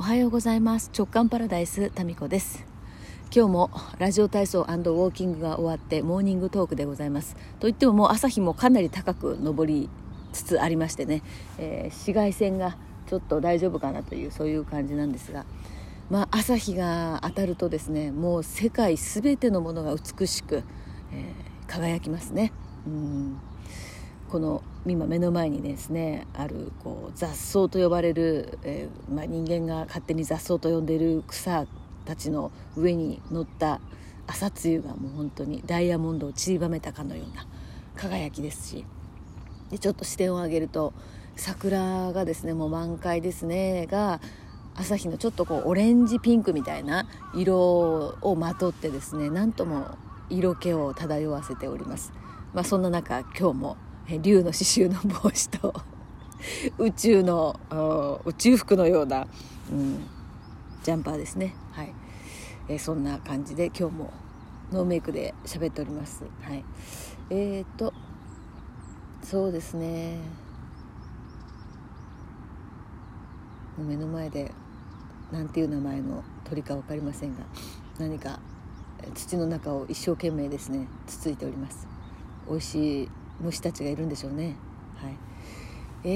おはようございます。直感パラダイスタミコです。今日もラジオ体操&ウォーキングが終わってモーニングトークでございます。といってももう朝日もかなり高く昇りつつありましてね、紫外線がちょっと大丈夫かなというそういう感じなんですが、朝日が当たるとですね、もう世界すべてのものが美しく、輝きますね。この今目の前にですねある雑草と呼ばれる、人間が勝手に雑草と呼んでいる草たちの上に乗った朝露がもう本当にダイヤモンドを散りばめたかのような輝きですし、でちょっと視点を上げると桜がですねもう満開ですねが朝日のちょっとオレンジピンクみたいな色をまとってですね、なんとも色気を漂わせております。そんな中今日も竜の刺繍の帽子と宇宙服のような、ジャンパーですね。はい、そんな感じで今日もノーメイクで喋っております。はい、そうですね、目の前でなんていう名前の鳥か分かりませんが、何か土の中を一生懸命ですねつついております。美味しい虫たちがいるんでしょうね。はい、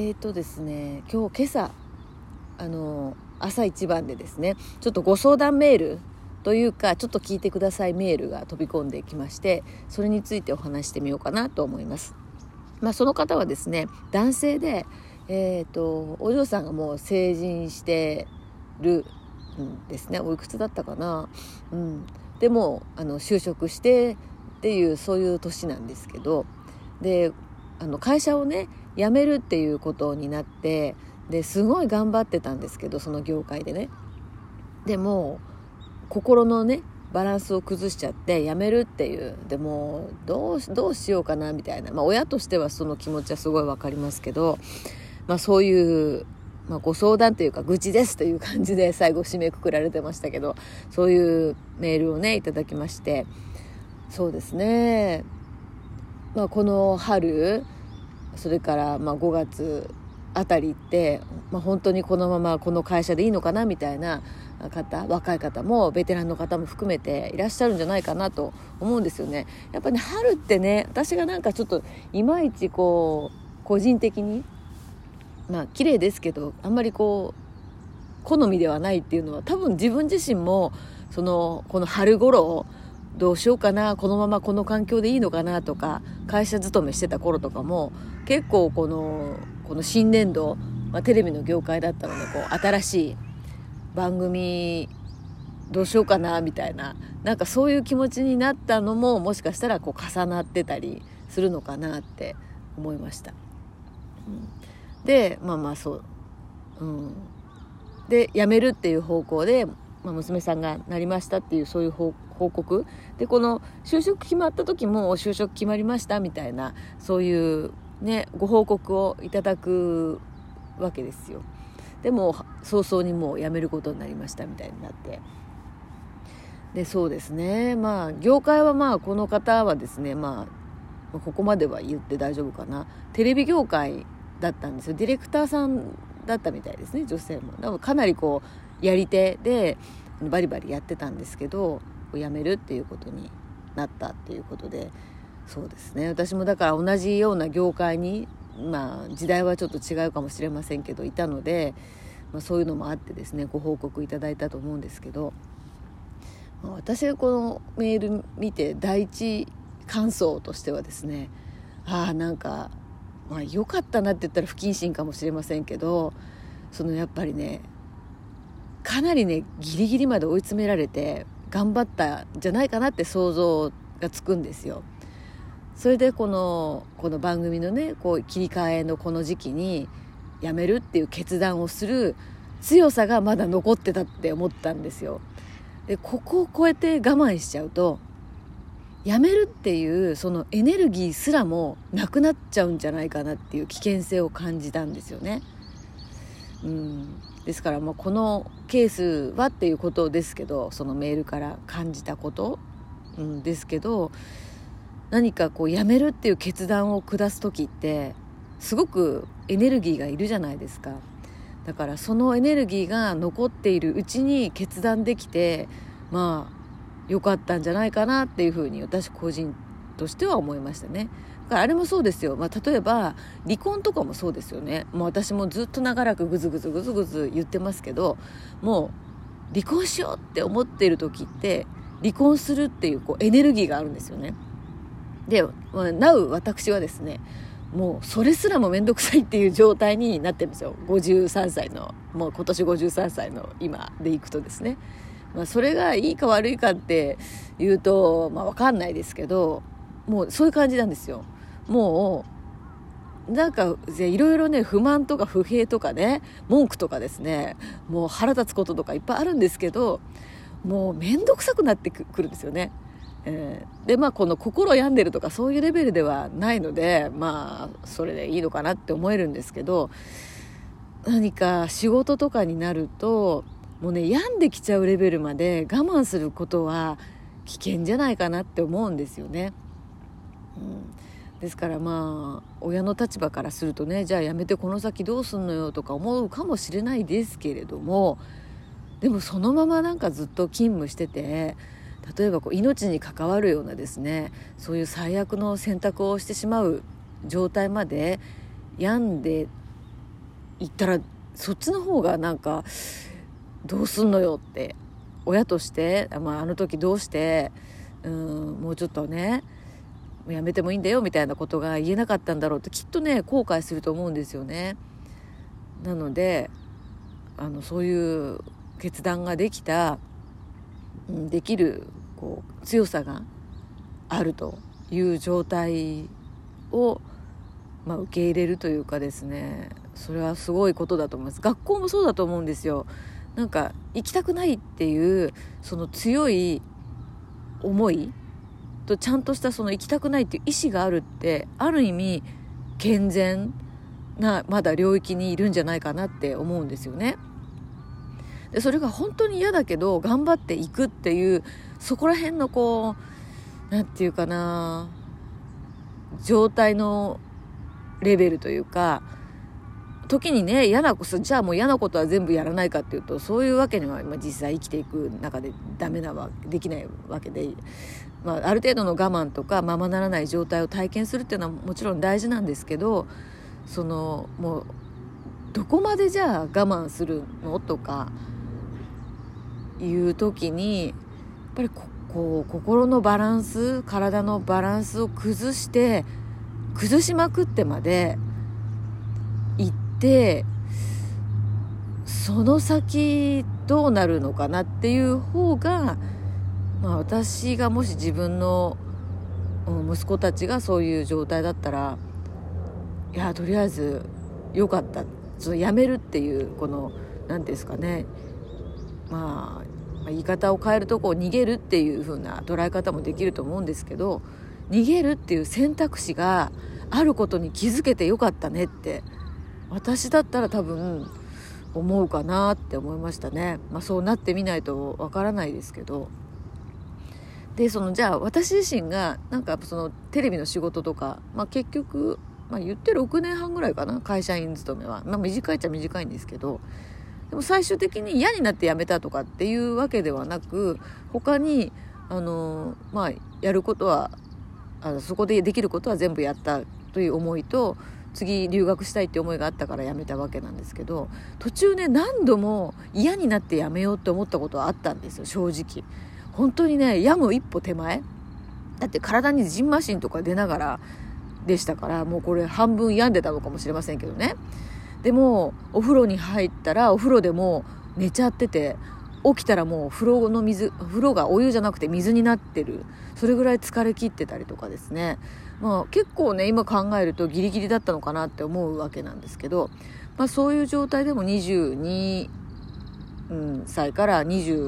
ですね今朝朝一番でですねちょっとご相談メールというかちょっと聞いてくださいメールが飛び込んできまして、それについてお話してみようかなと思います。その方はですね男性で、お嬢さんがもう成人してるんですね。おいくつだったかな、でも就職してっていうそういう年なんですけど、で会社をね辞めるっていうことになって、ですごい頑張ってたんですけど、その業界でね、でも心のねバランスを崩しちゃって辞めるっていう、でもどうしようかなみたいな、親としてはその気持ちはすごいわかりますけど、そういう、ご相談というか愚痴ですという感じで最後締めくくられてましたけど、そういうメールをねいただきまして、そうですね、この春それから5月あたりって、本当にこのままこの会社でいいのかなみたいな方、若い方もベテランの方も含めていらっしゃるんじゃないかなと思うんですよね。やっぱり、春ってね、私がなんかちょっといまいち個人的に綺麗ですけどあんまり好みではないっていうのは、多分自分自身もこの春頃どうしようかな、このままこの環境でいいのかなとか、会社勤めしてた頃とかも結構この新年度、テレビの業界だったので新しい番組どうしようかなみたいな、なんかそういう気持ちになったのももしかしたら重なってたりするのかなって思いました。でそう、で辞めるっていう方向で、娘さんがなりましたっていうそういう報告で、この就職決まった時も就職決まりましたみたいなそういうねご報告をいただくわけですよ。でも早々にもう辞めることになりましたみたいになって、でそうですね、業界はこの方はですねここまでは言って大丈夫かな、テレビ業界だったんですよ。ディレクターさんだったみたいですね、女性も。でもかなりやり手でバリバリやってたんですけど、辞めるっていうことになったっていうことで、そうですね、私もだから同じような業界に時代はちょっと違うかもしれませんけどいたので、そういうのもあってですねご報告いただいたと思うんですけど、私がこのメール見て第一感想としてはですね、なんか良かったなって言ったら不謹慎かもしれませんけど、やっぱりねかなりねギリギリまで追い詰められて頑張ったんじゃないかなって想像がつくんですよ。それでこの番組のね切り替えのこの時期に辞めるっていう決断をする強さがまだ残ってたって思ったんですよ。でここを超えて我慢しちゃうと辞めるっていうそのエネルギーすらもなくなっちゃうんじゃないかなっていう危険性を感じたんですよね。ですからこのケースはっていうことですけど、そのメールから感じたこと、ですけど、何か辞めるっていう決断を下す時ってすごくエネルギーがいるじゃないですか。 だからそのエネルギーが残っているうちに決断できて、まあ良かったんじゃないかなっていうふうに私個人としては思いましたね。だからあれもそうですよ、例えば離婚とかもそうですよね。もう私もずっと長らくぐずぐず言ってますけど、もう離婚しようって思っている時って離婚するっていうエネルギーがあるんですよね。で、なお私はですね、もうそれすらもめんどくさいっていう状態になってるんですよ。53歳の、もう今年53歳の今でいくとですね、それがいいか悪いかっていうと、分かんないですけど、もうそういう感じなんですよ。もうなんかいろいろね、不満とか不平とかね、文句とかですね、もう腹立つこととかいっぱいあるんですけど、もうめんどくさくなってくるんですよね。でこの心病んでるとかそういうレベルではないので、それでいいのかなって思えるんですけど、何か仕事とかになるともうね、病んできちゃうレベルまで我慢することは危険じゃないかなって思うんですよね。ですから親の立場からするとね、じゃあやめてこの先どうすんのよとか思うかもしれないですけれども、でもそのままなんかずっと勤務してて、例えば命に関わるようなですね、そういう最悪の選択をしてしまう状態まで病んでいったら、そっちの方がなんかどうすんのよって、親として、あの時どうしてもうちょっとねやめてもいいんだよみたいなことが言えなかったんだろうってきっとね後悔すると思うんですよね。なのでそういう決断ができる強さがあるという状態を、受け入れるというかですね、それはすごいことだと思います。学校もそうだと思うんですよ。なんか行きたくないっていうその強い思いと、ちゃんとしたその行きたくないっていう意志があるって、ある意味健全なまだ領域にいるんじゃないかなって思うんですよね。でそれが本当に嫌だけど頑張っていくっていう、そこら辺のなんていうかな、状態のレベルというか、時にねじゃあもう嫌なことは全部やらないかっていうと、そういうわけには実際生きていく中でできないわけで、ある程度の我慢とかままならない状態を体験するっていうのはもちろん大事なんですけど、もうどこまでじゃあ我慢するのとかいう時に、やっぱり心のバランス、体のバランスを崩しまくってまで行って、その先どうなるのかなっていう方が、私がもし自分の息子たちがそういう状態だったら、いやとりあえず良かった、やめるっていうなんですかね、言い方を変えると逃げるっていう風な捉え方もできると思うんですけど、逃げるっていう選択肢があることに気づけてよかったねって私だったら多分思うかなって思いましたね。そうなってみないとわからないですけど、でじゃあ私自身がなんかテレビの仕事とか、結局、言って6年半ぐらいかな、会社員勤めは、短いっちゃ短いんですけど、でも最終的に嫌になって辞めたとかっていうわけではなく、他にやることはそこでできることは全部やったという思いと、次留学したいって思いがあったから辞めたわけなんですけど、途中ね何度も嫌になって辞めようって思ったことはあったんですよ。正直本当にね、病む一歩手前だって、体にジンマシンとか出ながらでしたから、もうこれ半分病んでたのかもしれませんけどね。でもお風呂に入ったらお風呂でも寝ちゃってて、起きたらもう風呂がお湯じゃなくて水になってる、それぐらい疲れ切ってたりとかですね、結構ね今考えるとギリギリだったのかなって思うわけなんですけど、そういう状態でも22、歳から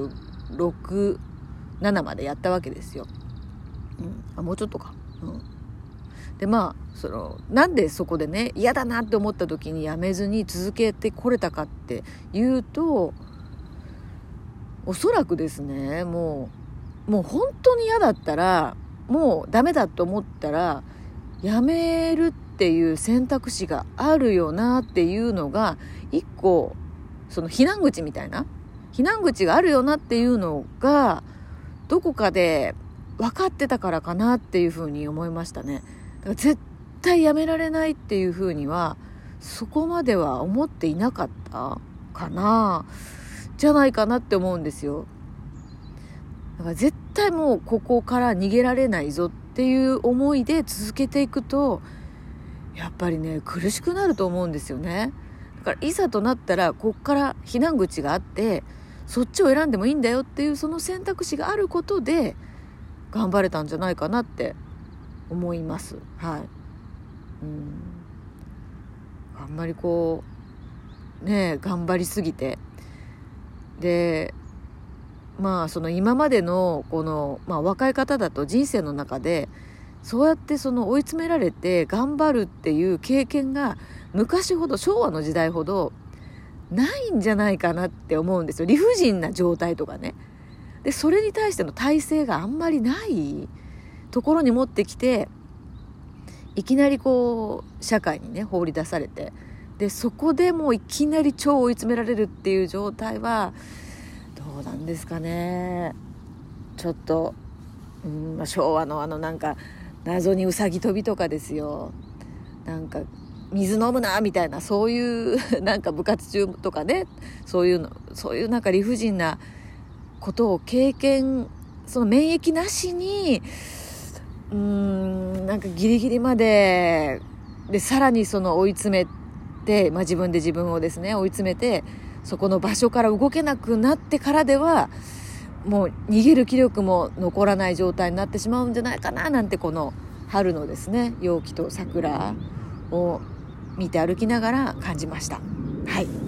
26、7までやったわけですよ。もうちょっとか。でなんでそこでね嫌だなって思った時にやめずに続けてこれたかっていうと、おそらくですね、もう本当に嫌だったら、もうダメだと思ったらやめるっていう選択肢があるよなっていうのが一個その避難口みたいな避難口があるよなっていうのがどこかで分かってたからかなっていうふうに思いましたね。だから絶対やめられないっていうふうにはそこまでは思っていなかったかなじゃないかなって思うんですよ。だから絶対もうここから逃げられないぞっていう思いで続けていくとやっぱりね苦しくなると思うんですよね。だからいざとなったらこっから避難口があってそっちを選んでもいいんだよっていうその選択肢があることで頑張れたんじゃないかなって思います。はい。あんまりこうね頑張りすぎてでその今までのこの、若い方だと人生の中でそうやってその追い詰められて頑張るっていう経験が昔ほど昭和の時代ほどないんじゃないかなって思うんですよ。理不尽な状態とかね。でそれに対しての体制があんまりないところに持ってきていきなりこう社会にね放り出されてでそこでもういきなり超追い詰められるっていう状態はどうなんですかね。ちょっと昭和のなんか謎にうさぎ跳びとかですよ。なんか水飲むなみたいなそういうなんか部活中とかねそういうなんか理不尽なことを経験その免疫なしになんかギリギリまでさらにその追い詰めて、自分で自分をですね追い詰めてそこの場所から動けなくなってからではもう逃げる気力も残らない状態になってしまうんじゃないかななんてこの春のですね陽気と桜を見て歩きながら感じました。はい。